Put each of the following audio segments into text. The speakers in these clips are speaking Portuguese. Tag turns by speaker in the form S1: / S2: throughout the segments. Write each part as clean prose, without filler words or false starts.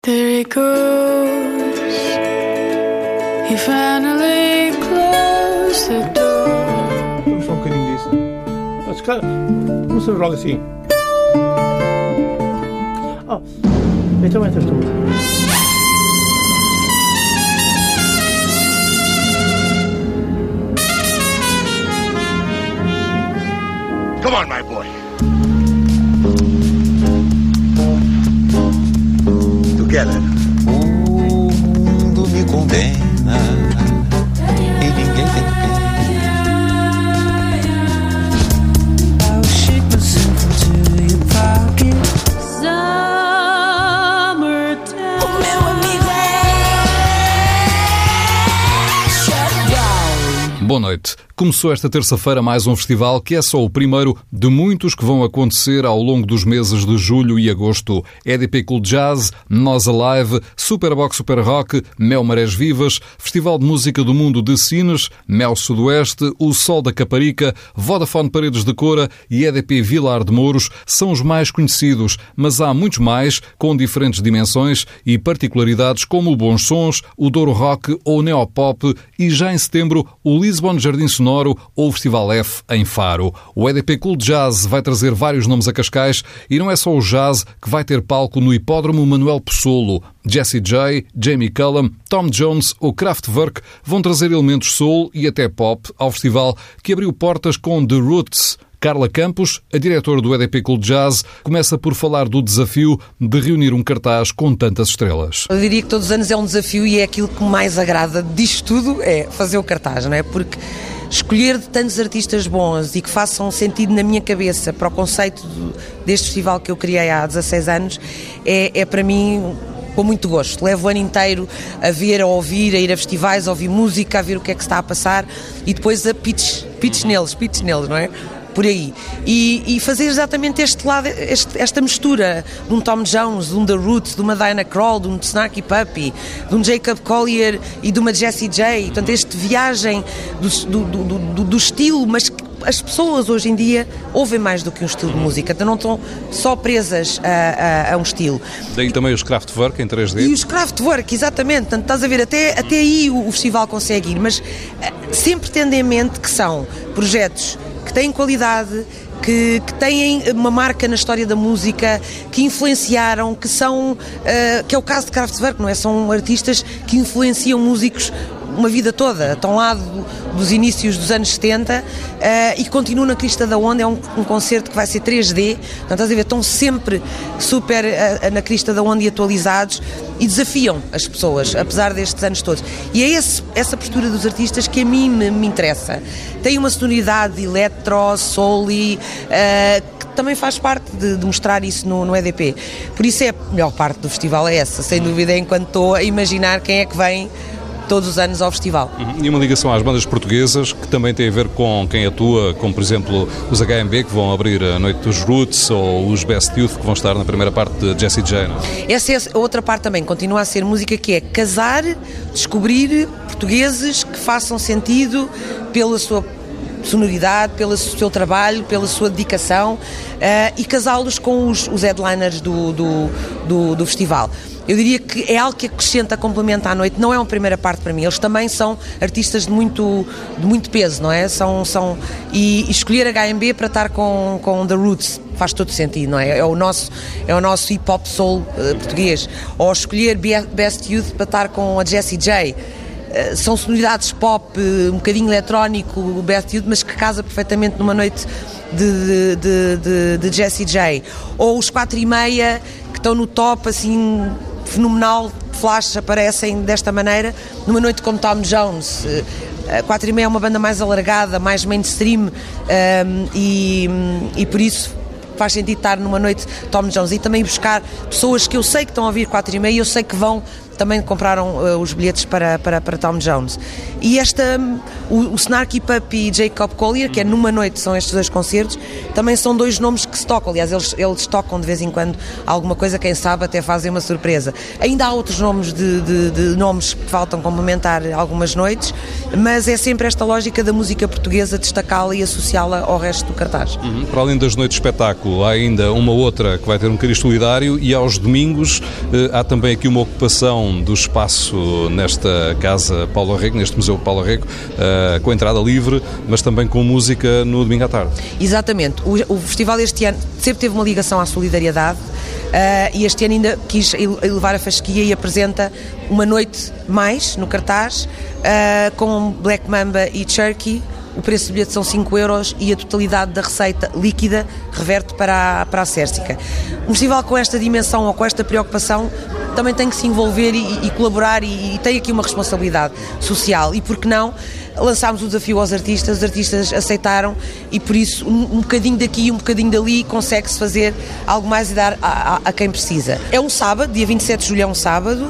S1: There he goes. He finally closed the door.
S2: Vamos só um bocadinho disso. Mas, cara, vamos fazer logo assim. Então entras tu.
S3: Come on, my boy. Together.
S4: O mundo me condena e ninguém tem pena. I'll shake myself into your pocket.
S1: Summertime.
S4: O meu amigo é
S5: Boa noite. Começou esta terça-feira mais um festival que é só o primeiro de muitos que vão acontecer ao longo dos meses de julho e agosto. EDP Cool Jazz, Nós Alive, Superbox Super Rock, Mel Marés Vivas, Festival de Música do Mundo de Sines, Mel Sudoeste, O Sol da Caparica, Vodafone Paredes de Cora e EDP Vilar de Mouros são os mais conhecidos, mas há muitos mais com diferentes dimensões e particularidades como o Bons Sons, o Douro Rock ou o Neopop e já em setembro o Lisbon Jardim Sonoro ou o Festival F em Faro. O EDP Cool Jazz vai trazer vários nomes a Cascais e não é só o jazz que vai ter palco no Hipódromo Manuel Possolo. Jessie J, Jamie Cullum, Tom Jones ou Kraftwerk vão trazer elementos soul e até pop ao festival que abriu portas com The Roots. Carla Campos, a diretora do EDP Cool Jazz, começa por falar do desafio de reunir um cartaz com tantas estrelas.
S6: Eu diria que todos os anos é um desafio e é aquilo que mais agrada disto tudo, é fazer o cartaz, não é? Porque escolher de tantos artistas bons e que façam sentido na minha cabeça para o conceito deste festival que eu criei há 16 anos é para mim com muito gosto. Levo o ano inteiro a ver, a ouvir, a ir a festivais, a ouvir música, a ver o que é que se está a passar e depois a pitch neles, não é? Por aí. E fazer exatamente este lado, esta mistura de um Tom Jones, de um The Roots, de uma Diana Krall, de um Snarky Puppy, de um Jacob Collier e de uma Jessie J. Portanto, esta viagem do estilo, mas as pessoas hoje em dia ouvem mais do que um estilo de música, então não estão só presas a um estilo.
S5: Daí também os Kraftwerk em 3D.
S6: E os Kraftwerk, exatamente. Portanto, estás a ver, até aí o festival consegue ir, mas sempre tendo em mente que são projetos que têm qualidade, que têm uma marca na história da música, que influenciaram, que são, que é o caso de Kraftwerk, não é? São artistas que influenciam músicos uma vida toda, estão lá dos inícios dos anos 70 e continuam na crista da onda. É um concerto que vai ser 3D, então, estás a ver, estão sempre super na crista da onda e atualizados e desafiam as pessoas, apesar destes anos todos. E é essa postura dos artistas que a mim me interessa. Tem uma sonoridade eletro, soul que também faz parte de mostrar isso no EDP. Por isso a melhor parte do festival é essa, sem dúvida, enquanto estou a imaginar quem é que vem todos os anos ao festival.
S5: E uma ligação às bandas portuguesas que também tem a ver com quem atua, como por exemplo os HMB que vão abrir a Noite dos Roots ou os Best Youth que vão estar na primeira parte de Jessie J. Não?
S6: Essa é a outra parte também, continua a ser música que é casar, descobrir portugueses que façam sentido pela sua sonoridade, pelo seu trabalho, pela sua dedicação e casá-los com os headliners do festival. Eu diria que é algo que acrescenta, complementa à noite, não é uma primeira parte para mim, eles também são artistas de muito peso, não é? E escolher HMB para estar com The Roots faz todo sentido, não é? É o nosso hip-hop soul português. Ou escolher Best Youth para estar com a Jessie J. São sonoridades pop, um bocadinho eletrónico, o Best Youth, mas que casa perfeitamente numa noite de Jessie J. Ou os 4:30 que estão no top, assim, fenomenal, flash, aparecem desta maneira numa noite como Tom Jones. 4:30 é uma banda mais alargada, mais mainstream e por isso faz sentido estar numa noite Tom Jones e também buscar pessoas que eu sei que estão a ouvir 4:30 e eu sei que vão também compraram os bilhetes para Tom Jones. E o Snarky Puppy e Jacob Collier, que é numa noite, são estes 2 concertos, também são 2 nomes que se tocam. Aliás, eles tocam de vez em quando alguma coisa, quem sabe até fazem uma surpresa. Ainda há outros nomes de nomes que faltam complementar algumas noites, mas é sempre esta lógica da música portuguesa, destacá-la e associá-la ao resto do cartaz.
S5: Para além das noites de espetáculo, há ainda uma outra que vai ter um cariz solidário, e aos domingos há também aqui uma ocupação do espaço nesta Casa Paulo Rego, neste Museu Paulo Rego, com entrada livre, mas também com música no domingo à tarde.
S6: Exatamente. O festival este ano sempre teve uma ligação à solidariedade, e este ano ainda quis elevar a fasquia e apresenta uma noite mais no cartaz, com Black Mamba e Cherky. O preço do bilhete são 5 euros e a totalidade da receita líquida reverte para a Cérsica. Um festival com esta dimensão ou com esta preocupação também tem que se envolver e colaborar, e tem aqui uma responsabilidade social. E por que não? Lançámos o desafio aos artistas, os artistas aceitaram, e por isso um bocadinho daqui e um bocadinho dali consegue-se fazer algo mais e dar a quem precisa. É um sábado, dia 27 de julho é um sábado,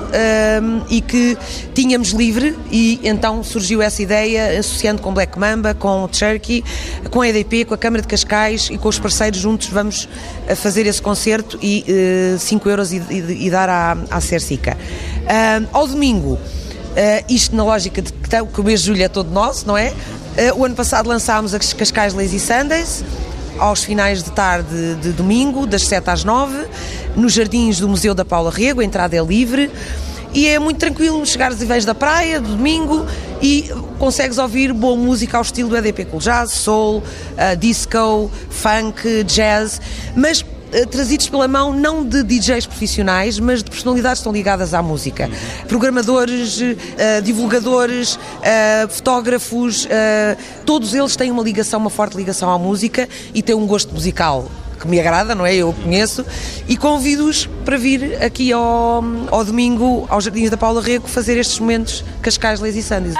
S6: e que tínhamos livre, e então surgiu essa ideia, associando com Black Mamba, com Cherky, com a EDP, com a Câmara de Cascais e com os parceiros juntos vamos fazer esse concerto, e 5 euros e dar à Cérsica. Ao domingo, isto na lógica de que o mês de julho é todo nosso, não é? O ano passado lançámos as Cascais Lazy Sundays, aos finais de tarde de domingo, das 7 às 9, nos jardins do Museu da Paula Rego, a entrada é livre, e é muito tranquilo chegares e vens da praia, de domingo, e consegues ouvir boa música ao estilo do EDP Cool Jazz, soul, disco, funk, jazz, mas trazidos pela mão não de DJs profissionais, mas de personalidades que estão ligadas à música. Programadores, divulgadores, fotógrafos, todos eles têm uma forte ligação à música e têm um gosto musical que me agrada, não é? Eu conheço, e convido-os para vir aqui ao domingo aos Jardins da Paula Rego fazer estes momentos Cascais Lazy Sundays.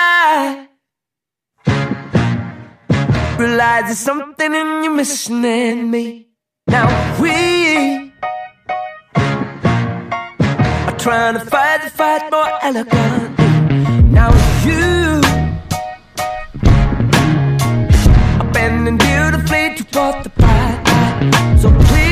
S4: Realize there's something in you missing in me. Now we are trying to fight the fight more elegantly. Now you are bending beautifully toward the pride. So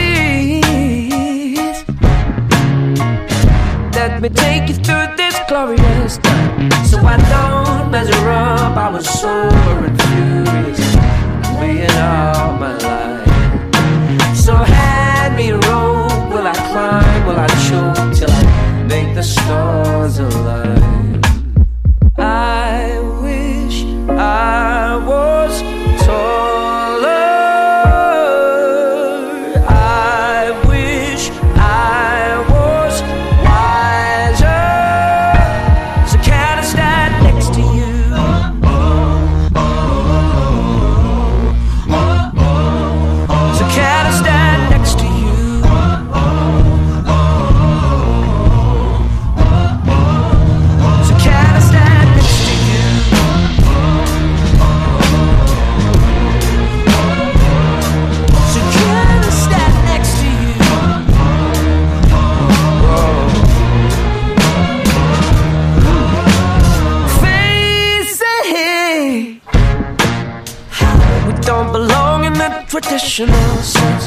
S4: please let me take you through this glorious time, so I don't measure up. I was sober and furious, laying out my life. So hand me a rope, will I climb, will I choke, till I make the stars align. I wish I was taller, I wish I was wiser, so can I stand next to you? So can I stand next to you? So can I stand next to you? So can I stand next to you? Face it, we don't belong in the traditional sense.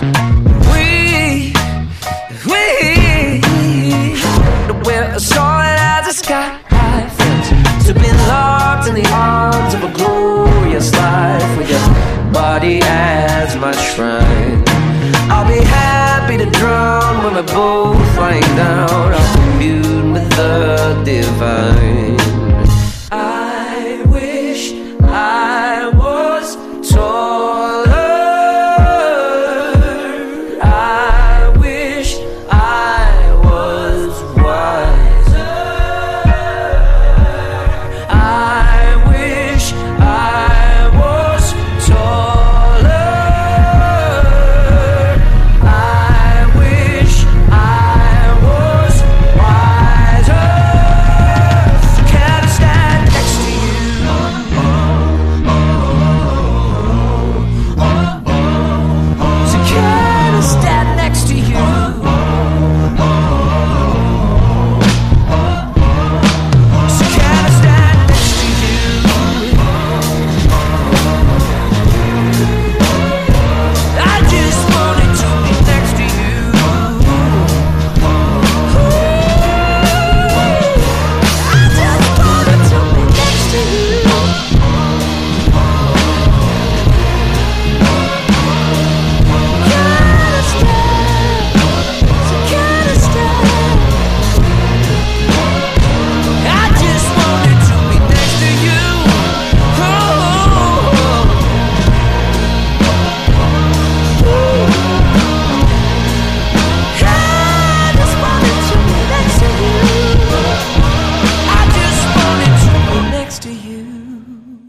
S4: We're as solid as a sky fence, to be locked in the arms of a glorious life, with your body as my shrine. I'll be happy to drown when we're both lying down, I'll commune with the divine. I wish I was taller,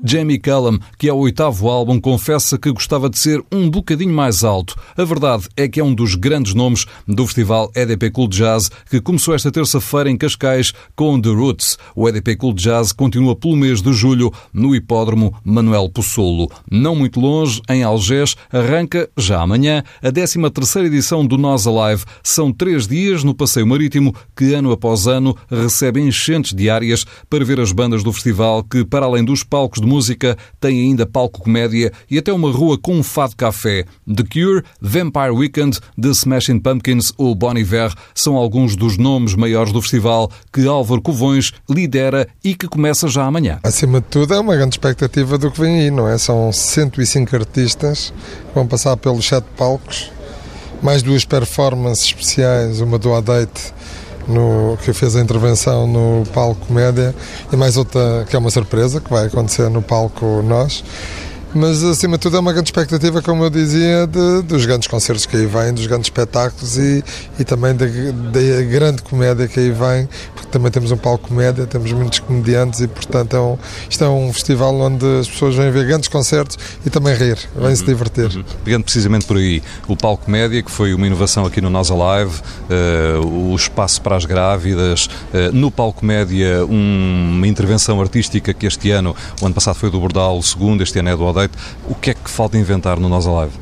S5: Jamie Cullum, que é o 8º álbum, confessa que gostava de ser um bocadinho mais alto. A verdade é que é um dos grandes nomes do festival EDP Cool Jazz, que começou esta terça-feira em Cascais com The Roots. O EDP Cool Jazz continua pelo mês de julho no Hipódromo Manuel Possolo. Não muito longe, em Algés, arranca já amanhã a 13ª edição do Nós Alive. São 3 dias no Passeio Marítimo que, ano após ano, recebe enchentes diárias para ver as bandas do festival que, para além dos palcos de música, têm ainda palco comédia e até uma rua com um fado café. The Cure, Vampire Weekend, The Smashing Pumpkins ou Bon Iver são alguns dos nomes maiores do festival que Álvaro Covões lidera e que começa já amanhã.
S7: Acima de tudo, é uma grande expectativa do que vem aí, não é? São 105 artistas que vão passar pelos 7 palcos, mais 2 performances especiais, uma do Adate, que fez a intervenção no palco Comédia, e mais outra que é uma surpresa, que vai acontecer no palco Nós. Mas, acima de tudo, é uma grande expectativa, como eu dizia, dos grandes concertos que aí vêm, dos grandes espetáculos e também da grande comédia que aí vem, porque também temos um palco comédia, temos muitos comediantes e, portanto, isto é um festival onde as pessoas vêm ver grandes concertos e também rir, vêm-se divertir.
S5: Pegando precisamente por aí, o palco comédia, que foi uma inovação aqui no Nós Alive, o espaço para as grávidas, no palco comédia uma intervenção artística que este ano, o ano passado foi do Bordal, o segundo, este ano é do Odeio. O que é que falta inventar no Nós Alive?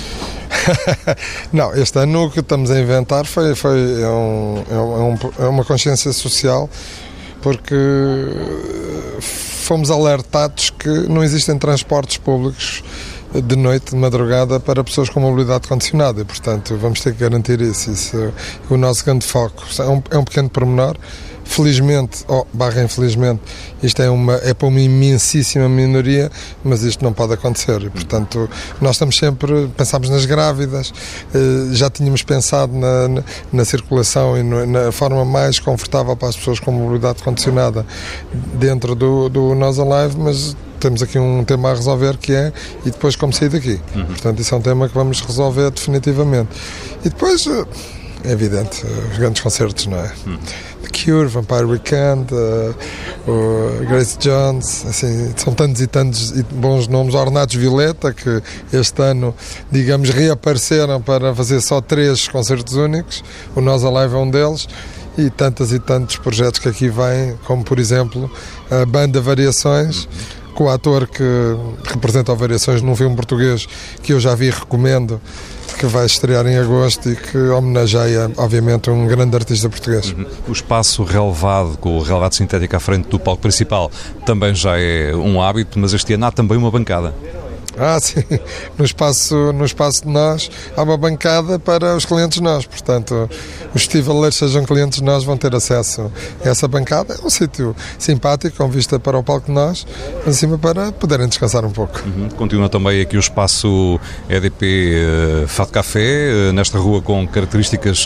S7: Não, este ano o que estamos a inventar é uma consciência social, porque fomos alertados que não existem transportes públicos de noite, de madrugada, para pessoas com mobilidade condicionada e, portanto, vamos ter que garantir isso. Isso é o nosso grande foco. É um pequeno pormenor. Felizmente, infelizmente, isto é para uma imensíssima minoria, mas isto não pode acontecer e, portanto, nós pensámos nas grávidas, já tínhamos pensado na circulação e na forma mais confortável para as pessoas com mobilidade condicionada dentro do Nós Alive, mas temos aqui um tema a resolver que é, e depois como sair daqui. Portanto, isso é um tema que vamos resolver definitivamente. E depois, é evidente, os grandes concertos, não é? The Cure, Vampire Weekend, o Grace Jones, assim, são tantos e tantos bons nomes. Ornatos Violeta, que este ano, digamos, reapareceram para fazer só 3 concertos únicos. O Nós Alive é um deles. E tantos projetos que aqui vêm, como, por exemplo, a banda Variações, com o ator que representa o Variações num filme português que eu já vi e recomendo, que vai estrear em agosto e que homenageia, obviamente, um grande artista português.
S5: O espaço relevado, com o relevado sintético à frente do palco principal, também já é um hábito, mas este ano há também uma bancada.
S7: Sim, no espaço de Nós há uma bancada para os clientes Nós, portanto os festivaleiros, sejam clientes Nós, vão ter acesso a essa bancada. É um sítio simpático, com vista para o palco de Nós, em cima, para poderem descansar um pouco.
S5: Continua também aqui o espaço EDP Fado Café, nesta rua com características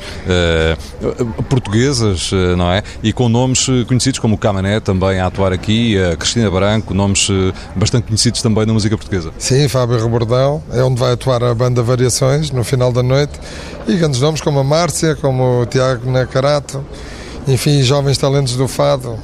S5: portuguesas, não é? E com nomes conhecidos como o Camané também a atuar aqui, a Cristina Branco, nomes bastante conhecidos também na música portuguesa.
S7: Sim, Fábio Rebordão, é onde vai atuar a banda Variações no final da noite, e grandes nomes como a Márcia, como o Tiago Nacarato, enfim, jovens talentos do fado.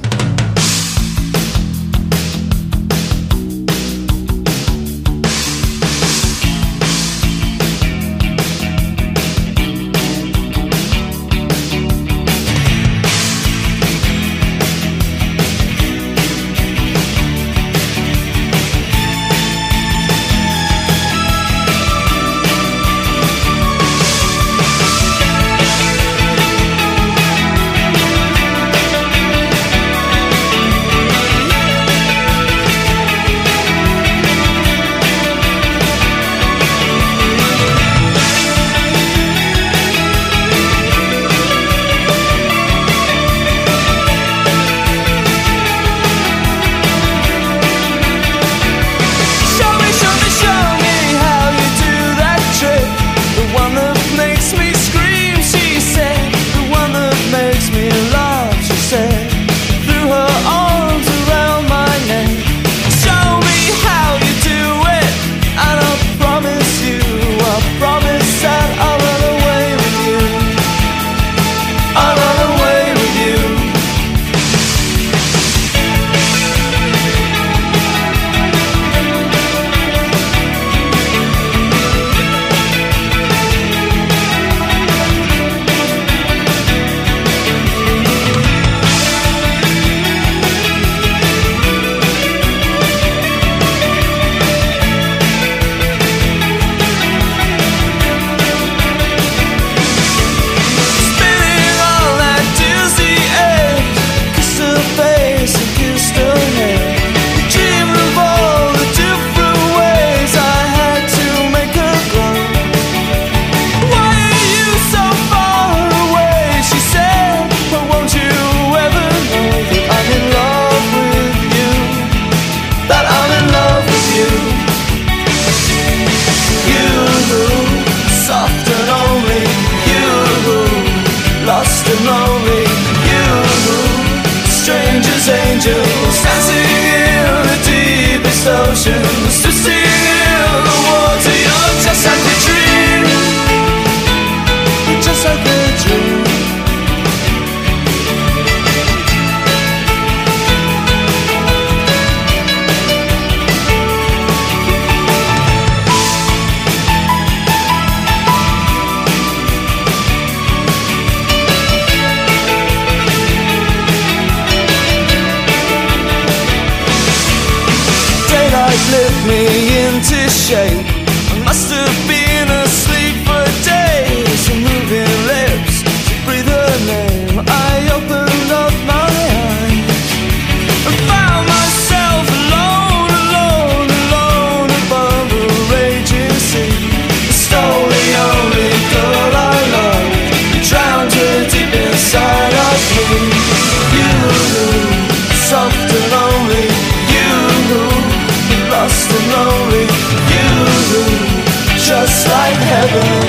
S4: me into shape. I must have been asleep for days. Moving lips to breathe her name. I opened up my eyes and found myself alone, alone, alone above a raging sea. Stole the only girl I loved, drowned her deep inside of me. You, soft and lonely. You, lost and lonely. You, just like heaven.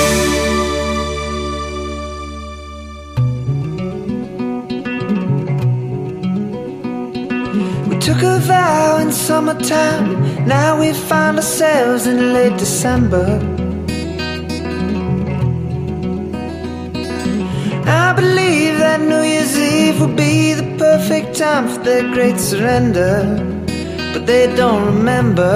S4: Took a vow in summertime. Now we find ourselves in late December. I believe that New Year's Eve will be the perfect time for their great surrender. But they don't remember.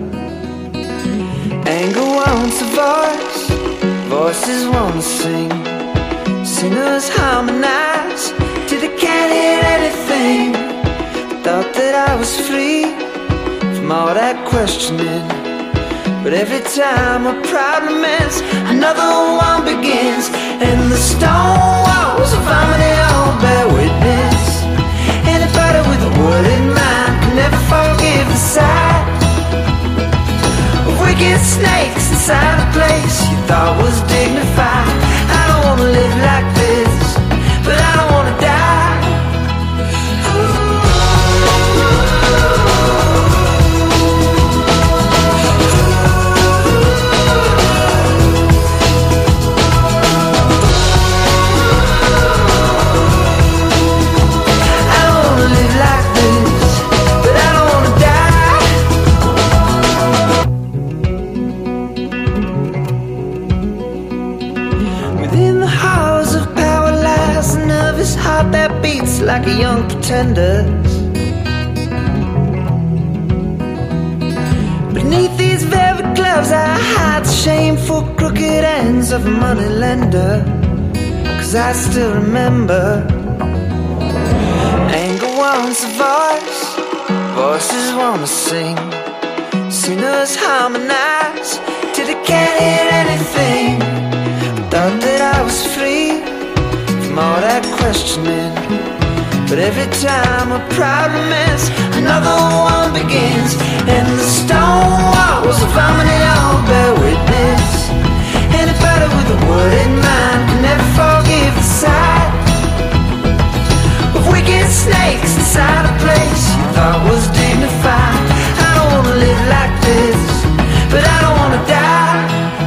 S4: Anger wants a voice, voices wanna sing. Singers harmonize till they can't hear anything. Thought that I was free from all that questioning, but every time a problem ends, another one begins. And the stone walls of harmony all bear witness. Anybody with a word in mind can never forgive the sight of wicked snakes inside a place you thought was dignified. I don't wanna live like this, but I don't wanna die. That beats like a young pretender's. Beneath these velvet gloves I hide the shameful crooked ends of a money lender. 'Cause I still remember. Anger wants a voice, voices wanna sing. Singers harmonize till they can't hear anything. Thought that I was free all that questioning, but every time a problem ends, another one begins. And the stone walls of harmony all bear witness. Anybody with a word in mind can never forgive the sight of wicked snakes inside a place you thought was dignified. I don't wanna live like this, but I don't wanna die.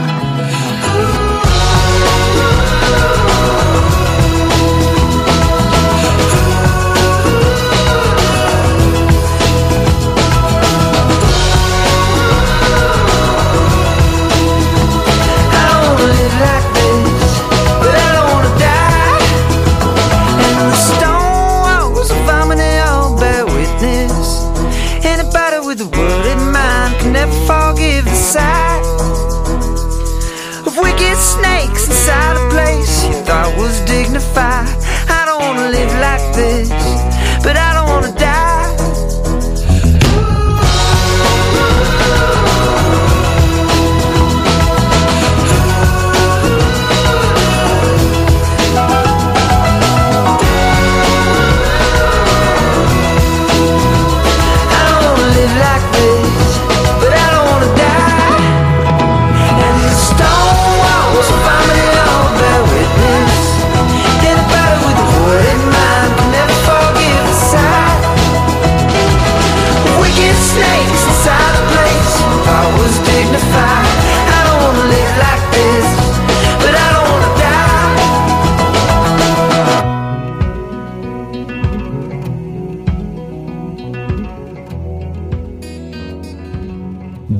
S4: With a word in mind can never forgive the sight of wicked snakes inside a place you thought was dignified. I don't wanna live like this, but I don't wanna die. Anybody with a word in mind can never fall.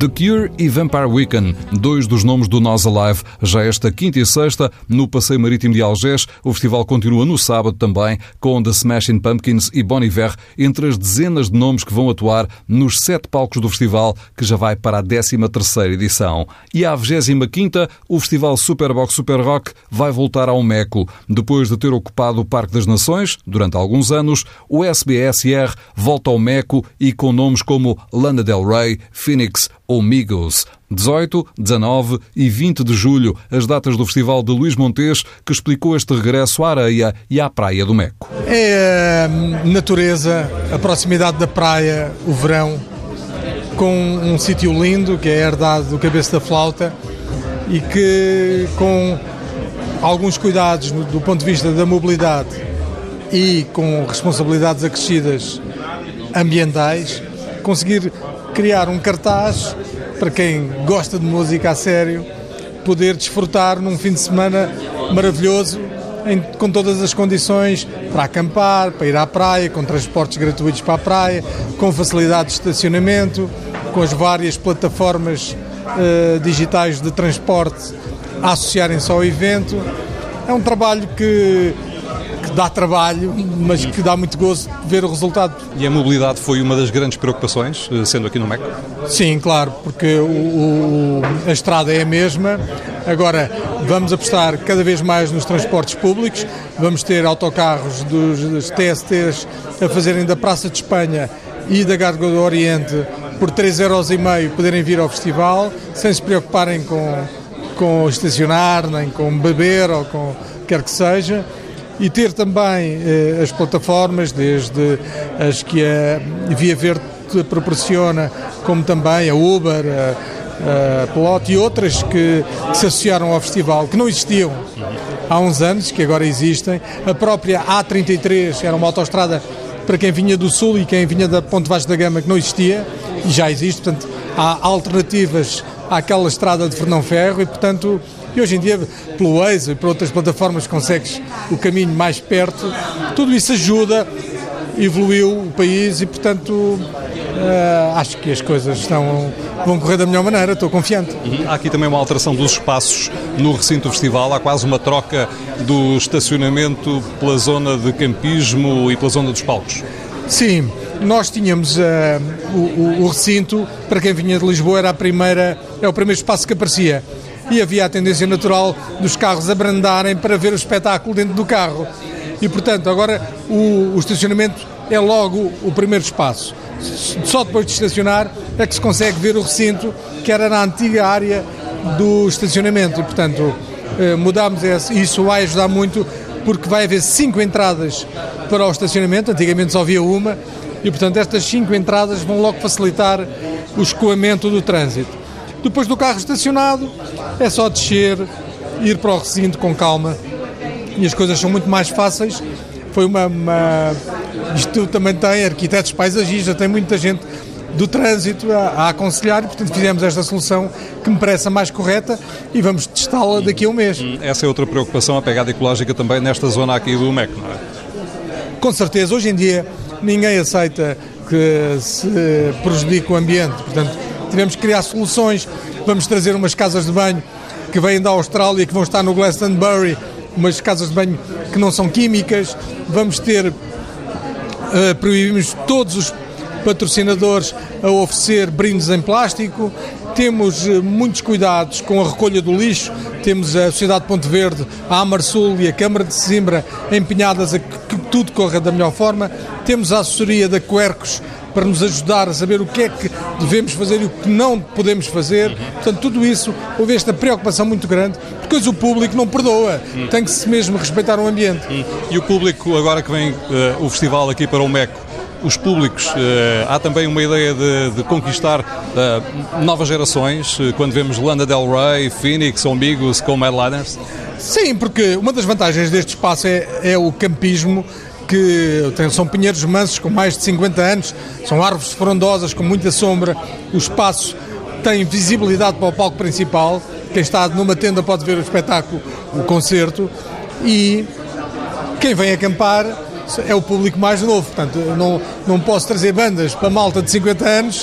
S5: The Cure e Vampire Weekend, dois dos nomes do Nós Alive. Já esta quinta e sexta, no Passeio Marítimo de Algés, o festival continua no sábado também, com The Smashing Pumpkins e Bon Iver, entre as dezenas de nomes que vão atuar nos 7 palcos do festival, que já vai para a 13ª edição. E à 25ª, o festival Superbox Super Rock vai voltar ao Meco. Depois de ter ocupado o Parque das Nações, durante alguns anos, o SBSR volta ao Meco e com nomes como Lana Del Rey, Phoenix ou Migos. 18, 19 e 20 de julho, as datas do Festival de Luís Montes, que explicou este regresso à areia e à praia do Meco.
S8: É a natureza, a proximidade da praia, o verão, com um sítio lindo, que é a herdade do Cabeça da Flauta, e que, com alguns cuidados do ponto de vista da mobilidade e com responsabilidades acrescidas ambientais, conseguir criar um cartaz para quem gosta de música a sério, poder desfrutar num fim de semana maravilhoso, com todas as condições para acampar, para ir à praia, com transportes gratuitos para a praia, com facilidade de estacionamento, com as várias plataformas digitais de transporte a associarem-se ao evento. É um trabalho que dá trabalho, mas que dá muito gosto de ver o resultado.
S9: E a mobilidade foi uma das grandes preocupações, sendo aqui no Meco?
S8: Sim, claro, porque a estrada é a mesma. Agora vamos apostar cada vez mais nos transportes públicos, vamos ter autocarros dos TSTs a fazerem da Praça de Espanha e da Gárgua do Oriente por 3,5€ poderem vir ao festival, sem se preocuparem com estacionar, nem com beber ou com quer que seja. E ter também as plataformas, desde as que a Via Verde proporciona, como também a Uber, a Pelot e outras que se associaram ao festival, que não existiam há uns anos, que agora existem. A própria A33 era uma autoestrada para quem vinha do Sul e quem vinha da Ponte Vasco da Gama, que não existia, e já existe. Portanto, há alternativas àquela estrada de Fernão Ferro e, portanto, e hoje em dia, pelo Waze e por outras plataformas, consegues o caminho mais perto. Tudo isso ajuda, evoluiu o país e, portanto, acho que as coisas vão correr da melhor maneira, estou confiante.
S9: Há aqui também uma alteração dos espaços no recinto do festival, há quase uma troca do estacionamento pela zona de campismo e pela zona dos palcos.
S8: Sim, nós tínhamos o recinto, para quem vinha de Lisboa, é o primeiro espaço que aparecia. E havia a tendência natural dos carros abrandarem para ver o espetáculo dentro do carro. E, portanto, agora o estacionamento é logo o primeiro espaço. Só depois de estacionar é que se consegue ver o recinto, que era na antiga área do estacionamento. E, portanto, mudámos isso vai ajudar muito, porque vai haver 5 entradas para o estacionamento. Antigamente só havia uma. E, portanto, estas 5 entradas vão logo facilitar o escoamento do trânsito. Depois do carro estacionado, é só descer, ir para o recinto com calma e as coisas são muito mais fáceis. Foi isto também tem arquitetos paisagistas, tem muita gente do trânsito a aconselhar e, portanto, fizemos esta solução que me parece a mais correta e vamos testá-la daqui a um mês.
S9: Essa é outra preocupação, a pegada ecológica também nesta zona aqui do Meco, não é?
S8: Com certeza, hoje em dia ninguém aceita que se prejudique o ambiente, portanto, tivemos que criar soluções. Vamos trazer umas casas de banho que vêm da Austrália, que vão estar no Glastonbury, umas casas de banho que não são químicas. Vamos ter, proibimos todos os patrocinadores a oferecer brindes em plástico. Temos muitos cuidados com a recolha do lixo. Temos a Sociedade de Ponte Verde, a Amarsul e a Câmara de Sesimbra empenhadas a que tudo corra da melhor forma. Temos a assessoria da Quercos para nos ajudar a saber o que é que devemos fazer e o que não podemos fazer. Portanto, tudo isso, houve esta preocupação muito grande, porque hoje o público não perdoa, tem que se mesmo respeitar o ambiente.
S9: E o público, agora que vem o festival aqui para o Meco, os públicos, há também uma ideia de conquistar novas gerações, quando vemos Lana Del Rey, Phoenix ou Migos com Headliners?
S8: Sim, porque uma das vantagens deste espaço é o campismo, que são pinheiros mansos com mais de 50 anos, são árvores frondosas com muita sombra, o espaço tem visibilidade para o palco principal, quem está numa tenda pode ver o espetáculo, o concerto, e quem vem acampar é o público mais novo. Portanto, não posso trazer bandas para malta de 50 anos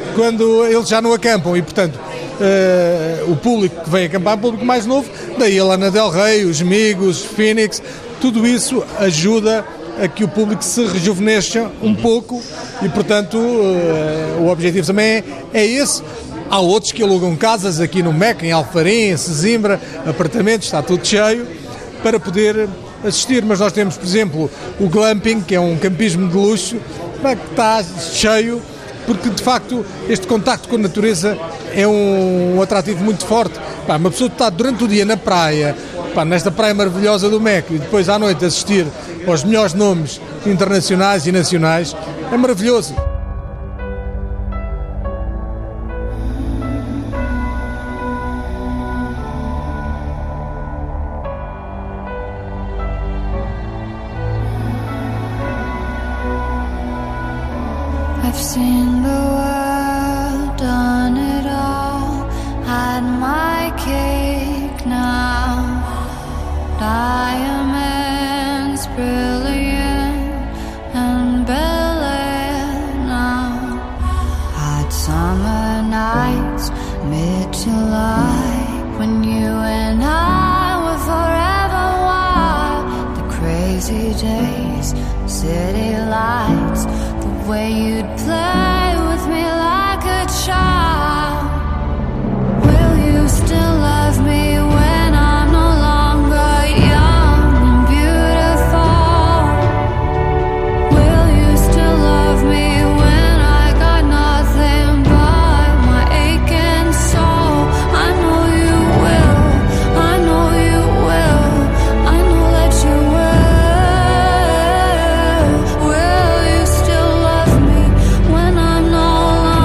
S8: quando eles já não acampam e, portanto, o público que vem acampar é um público mais novo, daí a Lana Del Rey, os Migos, Phoenix, tudo isso ajuda a que o público se rejuvenesça um pouco e, portanto, o objetivo também é esse. Há outros que alugam casas aqui no MEC, em Alfarim, em Sesimbra, apartamentos, está tudo cheio, para poder assistir. Mas nós temos, por exemplo, o glamping, que é um campismo de luxo, que está cheio, porque de facto este contacto com a natureza é um atrativo muito forte. Uma pessoa está durante o dia na praia, nesta praia maravilhosa do MEC, e depois à noite assistir aos melhores nomes internacionais e nacionais, é maravilhoso.
S1: I've seen the world, done it all, had my cake now. Diamonds brilliant and brilliant now. Hot summer nights, mid-July, when you and I were forever wild. The crazy days, city lights, the way you'd play with me like a child. Will you still love me when I'm no longer young and beautiful? Will you still love me when I got nothing but my aching soul? I know you will, I know you will, I know that you will. Will you still love me when I'm no longer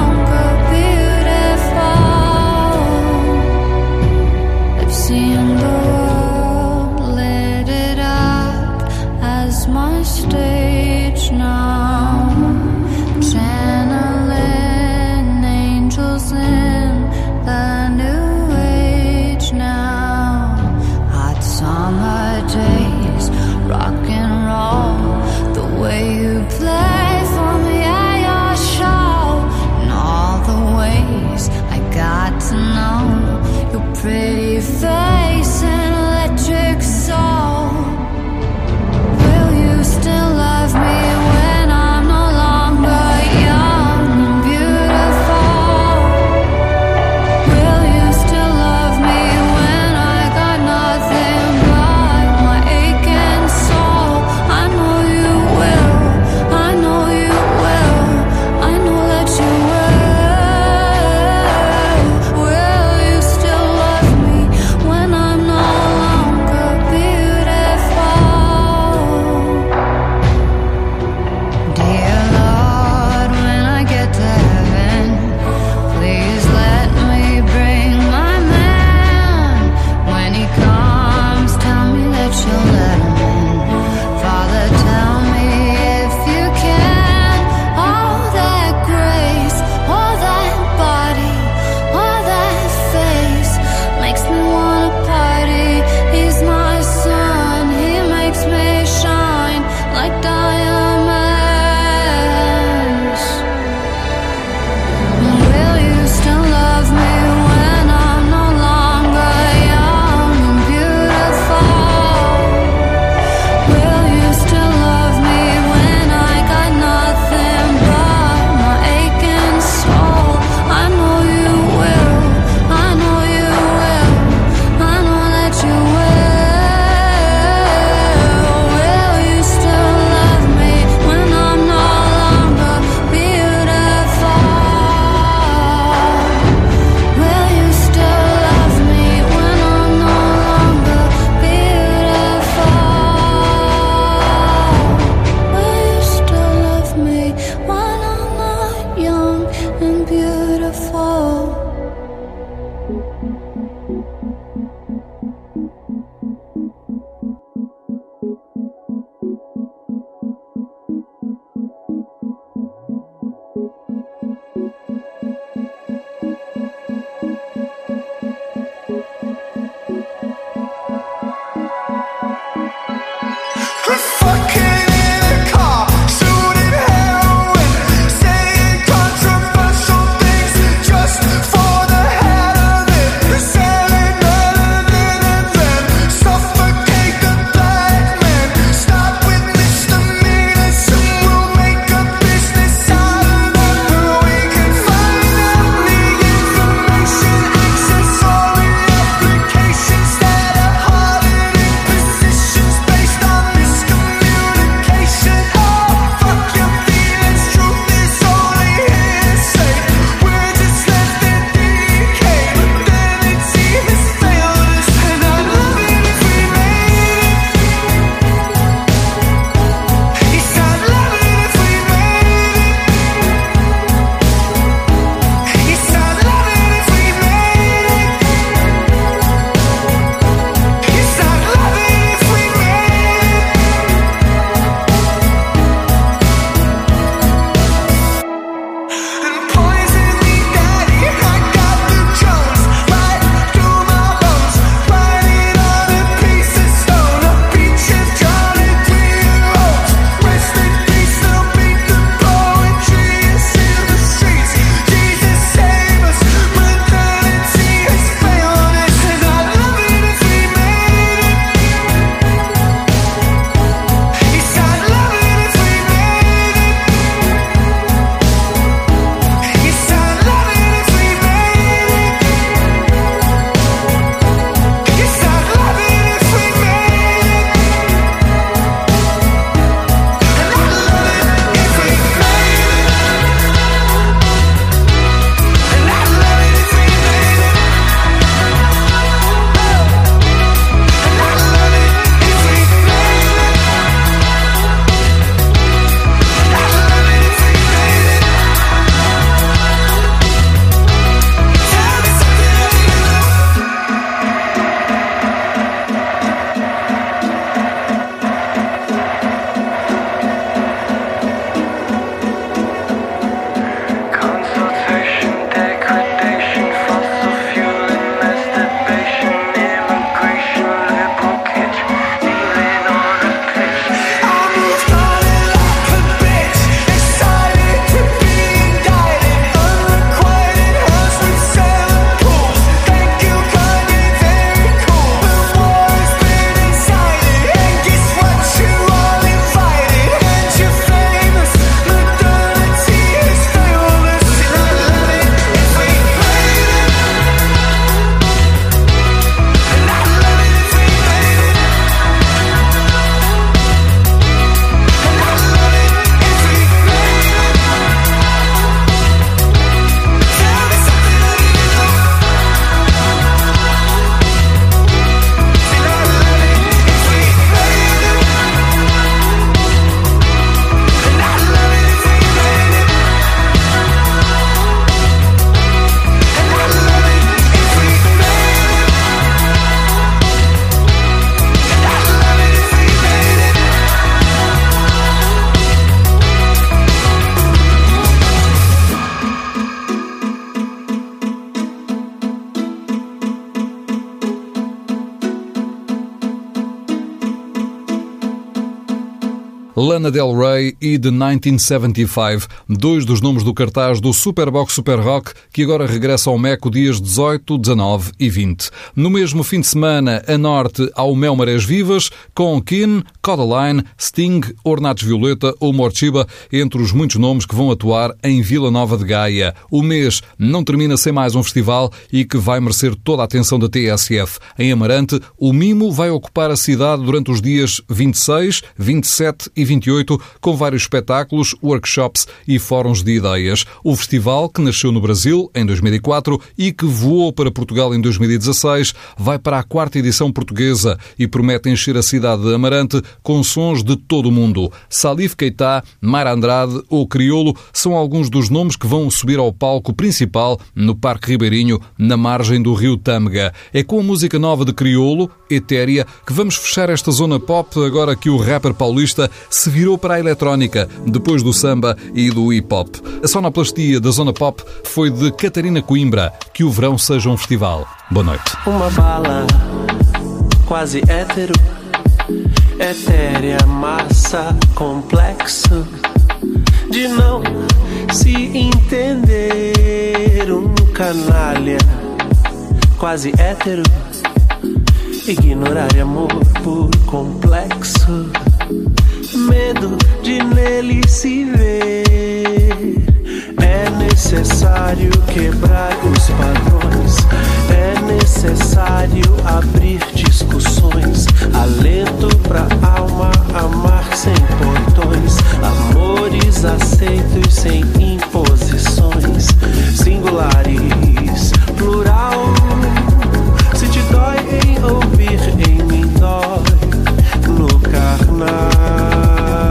S5: Lana Del Rey e The 1975, dois dos nomes do cartaz do Superbox Super Rock, que agora regressa ao Meco dias 18, 19 e 20. No mesmo fim de semana, a norte ao Mel Marés Vivas, com Keane, Codaline, Sting, Ornatos Violeta ou Morchiba, entre os muitos nomes que vão atuar em Vila Nova de Gaia. O mês não termina sem mais um festival e que vai merecer toda a atenção da TSF. Em Amarante, o Mimo vai ocupar a cidade durante os dias 26, 27 e 28, com vários espetáculos, workshops e fóruns de ideias. O festival, que nasceu no Brasil em 2004 e que voou para Portugal em 2016, vai para a 4ª edição portuguesa e promete encher a cidade de Amarante com sons de todo o mundo. Salif Keita, Mayra Andrade ou Criolo são alguns dos nomes que vão subir ao palco principal no Parque Ribeirinho, na margem do rio Tâmega. É com a música nova de Criolo, Etérea, que vamos fechar esta zona pop agora que o rapper paulista se virou para a eletrónica, depois do samba e do hip-hop. A sonoplastia da zona pop foi de Catarina Coimbra. Que o verão seja um festival. Boa noite.
S10: Uma bala quase hétero, etérea, massa, complexo de não se entender. Um canalha quase hétero, ignorar amor por complexo, medo de nele se ver. É necessário quebrar os padrões, é necessário abrir discussões, alento pra alma amar sem portões, amores aceitos sem imposições, singulares, plural. Se te dói em ouvir, em mim dói no carnal.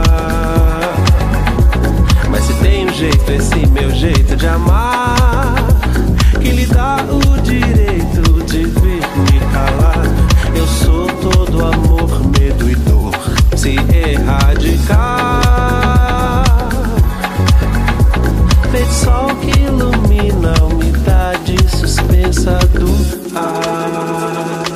S10: Mas se tem um jeito, esse meu jeito de amar, que lhe dá o direito de vir me calar. Eu sou todo amor, medo e dor, se erradicar. Feito sol que ilumina a umidade suspensa do ar.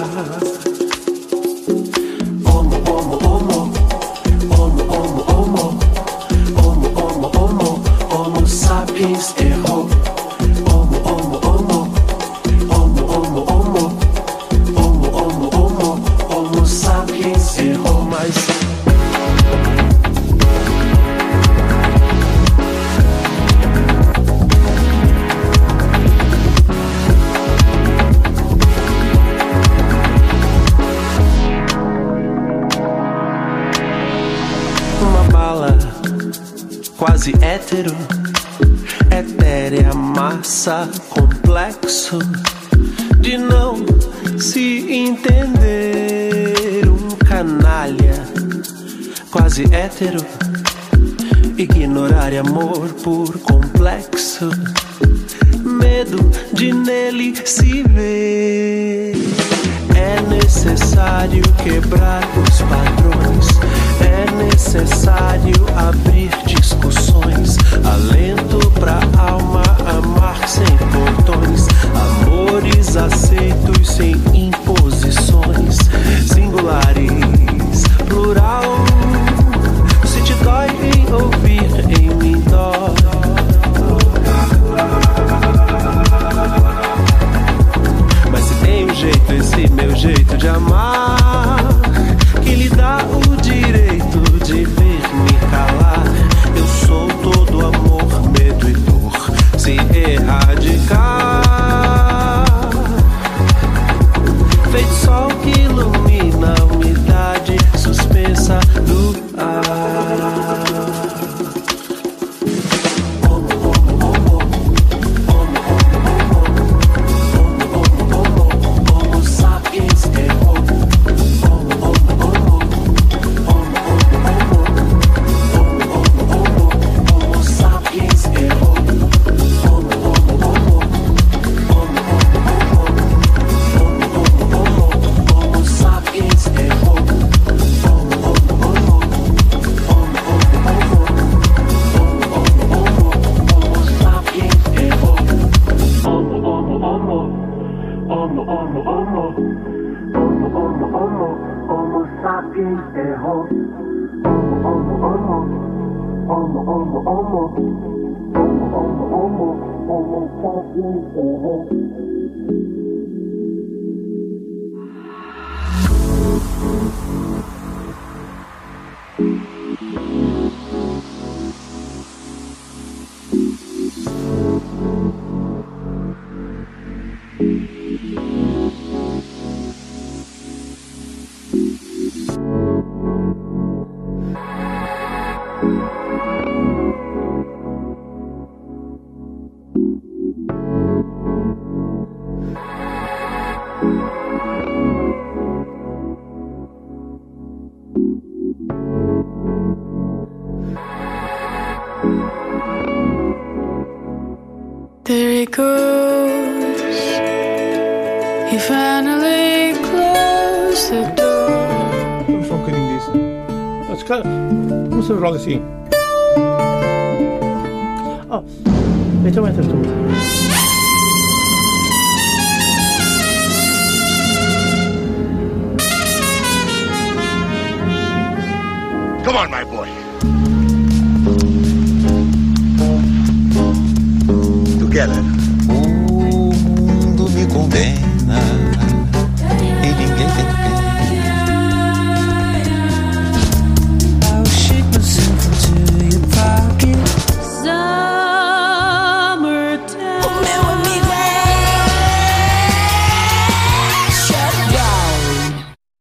S10: Homo, homo, homo, homo, homo, homo, homo, homo, homo, homo sapiens errou. Homo, homo, homo, homo, homo, homo, homo, homo, homo, homo sapiens errou mais. Quase hétero, etérea, massa, complexo de não se entender. Um canalha, quase hétero, ignorar amor por complexo, medo de nele se ver. É necessário quebrar os padrões, é necessário abrir discussões, alento pra alma amar sem portões, amores aceitos sem imposições, singulares, plural. Se te dói em ouvir, em mim dói. Mas se tem um jeito, esse meu jeito de amar, que lhe dá o direito de vir me calar.
S1: There he goes. He finally closed the door.
S2: Vamos só um bocadinho disso. Mas, cara, começamos logo assim. Oh, então entras tu.
S3: Come on, my boy.